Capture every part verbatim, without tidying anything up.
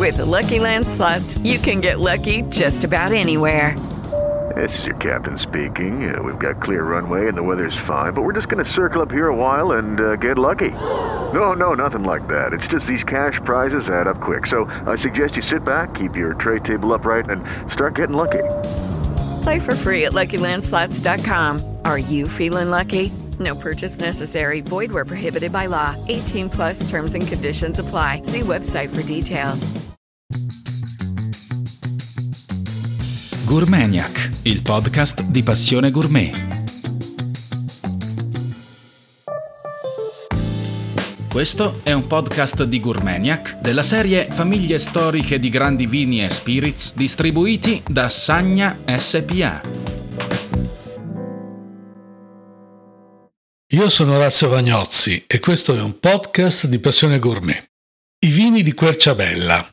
With the Lucky Land Slots, you can get lucky just about anywhere. This is your captain speaking. Uh, we've got clear runway and the weather's fine, but we're just going to circle up here a while and uh, get lucky. No, no, nothing like that. It's just these cash prizes add up quick. So I suggest you sit back, keep your tray table upright, and start getting lucky. Play for free at Lucky Land Slots dot com. Are you feeling lucky? No purchase necessary. Void where prohibited by law. eighteen plus terms and conditions apply. See website for details. Gourmaniac, il podcast di Passione Gourmet. Questo è un podcast di Gourmaniac della serie Famiglie storiche di grandi vini e spirits distribuiti da Sagna S P A. Io sono Orazio Vagnozzi e questo è un podcast di Passione Gourmet. I vini di Querciabella.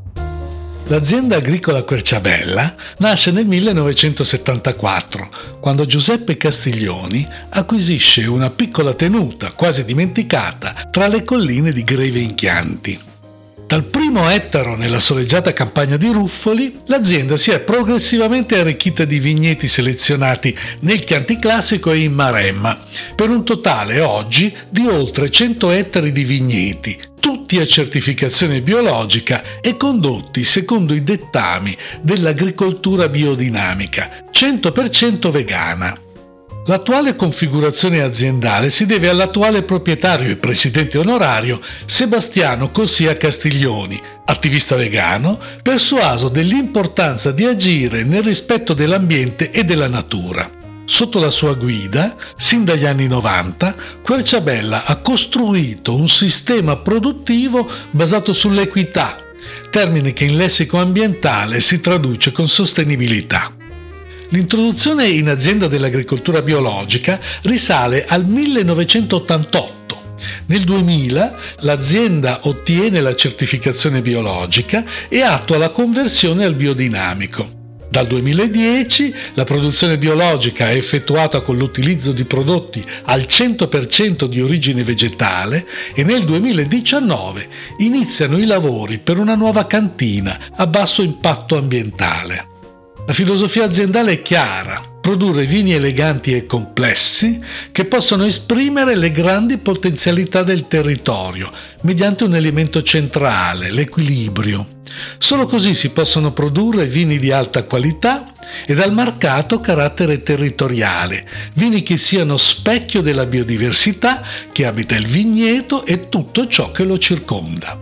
L'azienda agricola Querciabella nasce nel millenovecentosettantaquattro, quando Giuseppe Castiglioni acquisisce una piccola tenuta, quasi dimenticata, tra le colline di Greve in Chianti. Dal primo ettaro nella soleggiata campagna di Ruffoli, l'azienda si è progressivamente arricchita di vigneti selezionati nel Chianti Classico e in Maremma, per un totale oggi di oltre cento ettari di vigneti, tutti a certificazione biologica e condotti secondo i dettami dell'agricoltura biodinamica, cento per cento vegana. L'attuale configurazione aziendale si deve all'attuale proprietario e presidente onorario Sebastiano Cossia Castiglioni, attivista vegano, persuaso dell'importanza di agire nel rispetto dell'ambiente e della natura. Sotto la sua guida, sin dagli anni novanta, Querciabella ha costruito un sistema produttivo basato sull'equità, termine che in lessico ambientale si traduce con sostenibilità. L'introduzione in azienda dell'agricoltura biologica risale al millenovecentottantotto. Nel duemila l'azienda ottiene la certificazione biologica e attua la conversione al biodinamico. Dal duemiladieci la produzione biologica è effettuata con l'utilizzo di prodotti al cento per cento di origine vegetale e nel duemiladiciannove iniziano i lavori per una nuova cantina a basso impatto ambientale. La filosofia aziendale è chiara: produrre vini eleganti e complessi che possano esprimere le grandi potenzialità del territorio mediante un elemento centrale, l'equilibrio. Solo così si possono produrre vini di alta qualità e dal marcato carattere territoriale, vini che siano specchio della biodiversità che abita il vigneto e tutto ciò che lo circonda.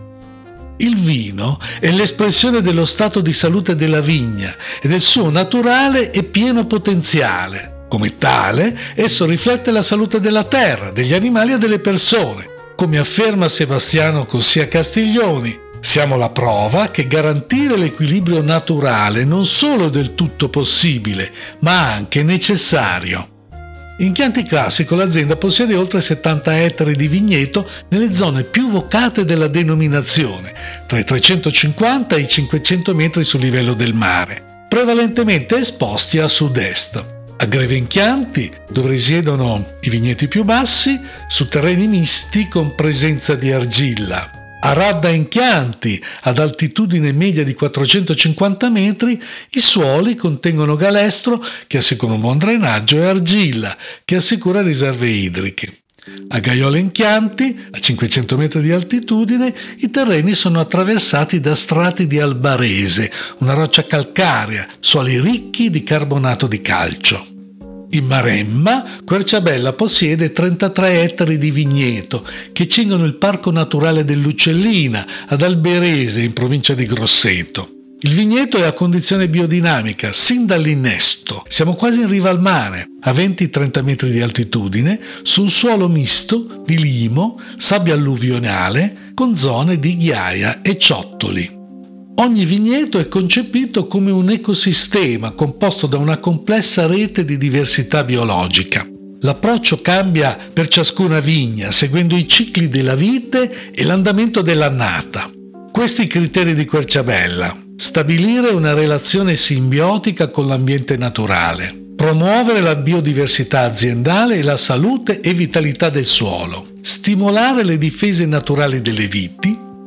Il vino è l'espressione dello stato di salute della vigna e del suo naturale e pieno potenziale. Come tale, esso riflette la salute della terra, degli animali e delle persone. Come afferma Sebastiano Cossia Castiglioni, siamo la prova che garantire l'equilibrio naturale non solo è del tutto possibile, ma anche necessario. In Chianti Classico l'azienda possiede oltre settanta ettari di vigneto nelle zone più vocate della denominazione, tra i trecentocinquanta e i cinquecento metri sul livello del mare, prevalentemente esposti a sud-est. A Greve in Chianti, dove risiedono i vigneti più bassi, su terreni misti con presenza di argilla. A Radda in Chianti, ad altitudine media di quattrocentocinquanta metri, i suoli contengono galestro che assicura un buon drenaggio e argilla che assicura riserve idriche. A Gaiola in Chianti, a cinquecento metri di altitudine, i terreni sono attraversati da strati di albarese, una roccia calcarea, suoli ricchi di carbonato di calcio. In Maremma, Querciabella possiede trentatré ettari di vigneto che cingono il Parco Naturale dell'Uccellina ad Alberese in provincia di Grosseto. Il vigneto è a condizione biodinamica sin dall'innesto. Siamo quasi in riva al mare, a venti trenta metri di altitudine, su un suolo misto di limo, sabbia alluvionale, con zone di ghiaia e ciottoli. Ogni vigneto è concepito come un ecosistema composto da una complessa rete di diversità biologica. L'approccio cambia per ciascuna vigna, seguendo i cicli della vite e l'andamento dell'annata. Questi i criteri di Querciabella: stabilire una relazione simbiotica con l'ambiente naturale, promuovere la biodiversità aziendale e la salute e vitalità del suolo, stimolare le difese naturali delle viti,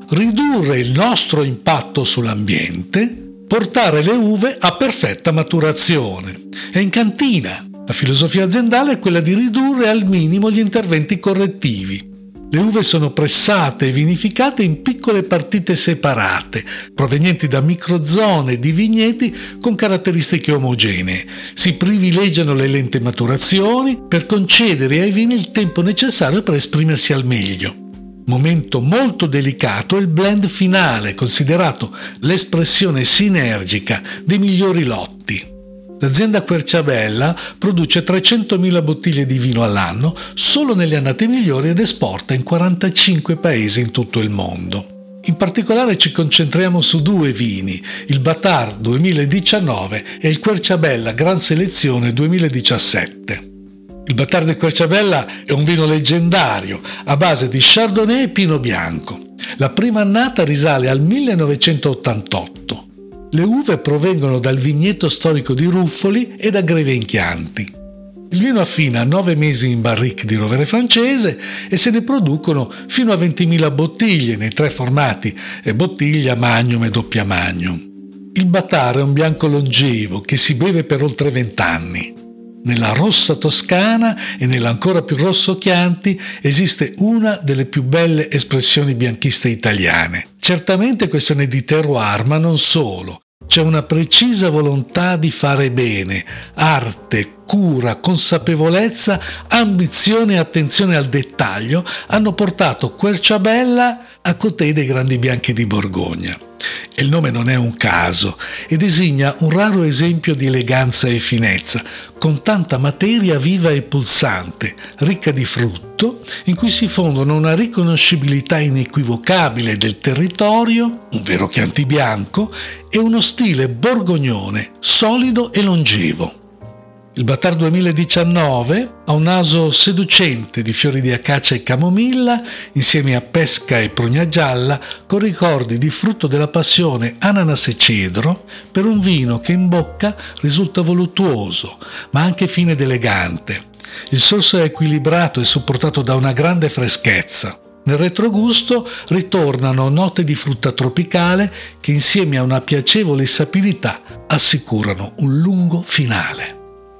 ridurre il nostro impatto sull'ambiente, portare le uve a perfetta maturazione. E in cantina la filosofia aziendale è quella di ridurre al minimo gli interventi correttivi. Le uve sono pressate e vinificate in piccole partite separate, provenienti da microzone di vigneti con caratteristiche omogenee. Si privilegiano le lente maturazioni per concedere ai vini il tempo necessario per esprimersi al meglio. Momento molto delicato è il blend finale, considerato l'espressione sinergica dei migliori lotti. L'azienda Querciabella produce trecentomila bottiglie di vino all'anno solo nelle annate migliori ed esporta in quarantacinque paesi in tutto il mondo. In particolare ci concentriamo su due vini, il Batard duemiladiciannove e il Querciabella Gran Selezione duemiladiciassette. Il Batard di Querciabella è un vino leggendario a base di Chardonnay e Pinot Bianco. La prima annata risale al millenovecentottantotto. Le uve provengono dal vigneto storico di Ruffoli e da Greve in Chianti. Il vino affina a nove mesi in barrique di rovere francese e se ne producono fino a ventimila bottiglie nei tre formati, bottiglia, magnum e doppia magnum. Il Batard è un bianco longevo che si beve per oltre vent'anni. Nella rossa Toscana e nell'ancora più rosso Chianti esiste una delle più belle espressioni bianchiste italiane. Certamente questione di terroir, ma non solo. C'è una precisa volontà di fare bene, arte, cura, consapevolezza, ambizione e attenzione al dettaglio hanno portato Querciabella a cotei dei grandi bianchi di Borgogna. E il nome non è un caso e designa un raro esempio di eleganza e finezza, con tanta materia viva e pulsante, ricca di frutto, in cui si fondono una riconoscibilità inequivocabile del territorio, un vero Chianti bianco, e uno stile borgognone, solido e longevo. Il Batard duemiladiciannove ha un naso seducente di fiori di acacia e camomilla, insieme a pesca e prugna gialla, con ricordi di frutto della passione ananas e cedro, per un vino che in bocca risulta voluttuoso, ma anche fine ed elegante. Il sorso è equilibrato e supportato da una grande freschezza. Nel retrogusto ritornano note di frutta tropicale che insieme a una piacevole sapidità assicurano un lungo finale.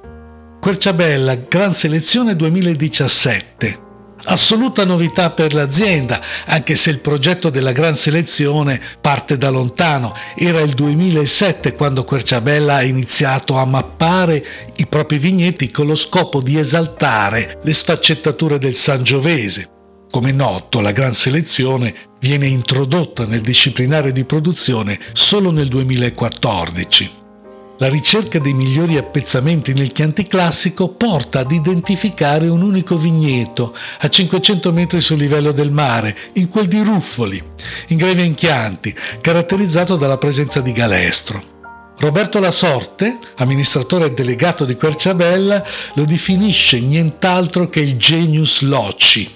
Querciabella Gran Selezione duemiladiciassette. Assoluta novità per l'azienda, anche se il progetto della Gran Selezione parte da lontano. Era il duemilasette quando Querciabella ha iniziato a mappare i propri vigneti con lo scopo di esaltare le sfaccettature del Sangiovese. Come noto, la Gran Selezione viene introdotta nel disciplinare di produzione solo nel duemilaquattordici. La ricerca dei migliori appezzamenti nel Chianti classico porta ad identificare un unico vigneto a cinquecento metri sul livello del mare, in quel di Ruffoli, in Greve in Chianti, caratterizzato dalla presenza di galestro. Roberto Lasorte, amministratore delegato di Querciabella, lo definisce nient'altro che il genius loci.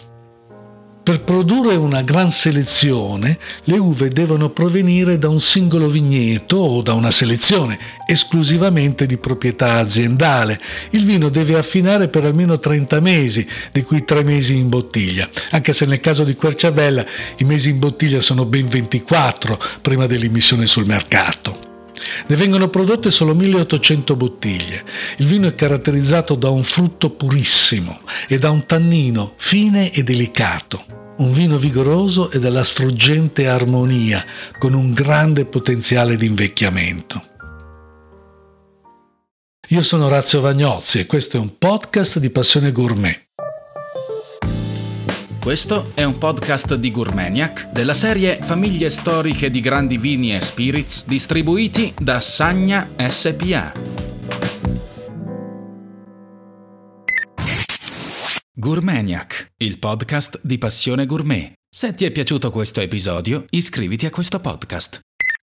Per produrre una gran selezione, le uve devono provenire da un singolo vigneto o da una selezione esclusivamente di proprietà aziendale. Il vino deve affinare per almeno trenta mesi, di cui tre mesi in bottiglia, anche se nel caso di Querciabella i mesi in bottiglia sono ben ventiquattro prima dell'immissione sul mercato. Ne vengono prodotte solo milleottocento bottiglie. Il vino è caratterizzato da un frutto purissimo e da un tannino fine e delicato. Un vino vigoroso e dalla struggente armonia, con un grande potenziale di invecchiamento. Io sono Orazio Vagnozzi e questo è un podcast di Passione Gourmet. Questo è un podcast di Gourmaniac della serie Famiglie storiche di grandi vini e spirits distribuiti da Sagna S P A. Gourmaniac, il podcast di Passione Gourmet. Se ti è piaciuto questo episodio, iscriviti a questo podcast.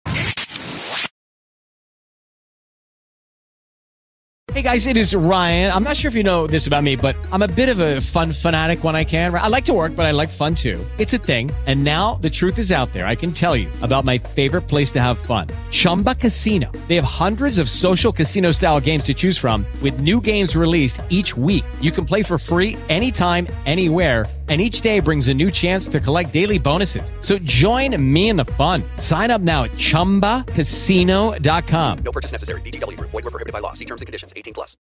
Hey guys, it is Ryan. I'm not sure if you know this about me, but I'm a bit of a fun fanatic when I can. I like to work, but I like fun too. It's a thing. And now the truth is out there. I can tell you about my favorite place to have fun. Chumba Casino. They have hundreds of social casino style games to choose from, with new games released each week. You can play for free anytime, anywhere, and each day brings a new chance to collect daily bonuses. So join me in the fun. Sign up now at chumba casino dot com. No purchase necessary. V G W Group. Void where prohibited by law. See terms and conditions. eighteen plus.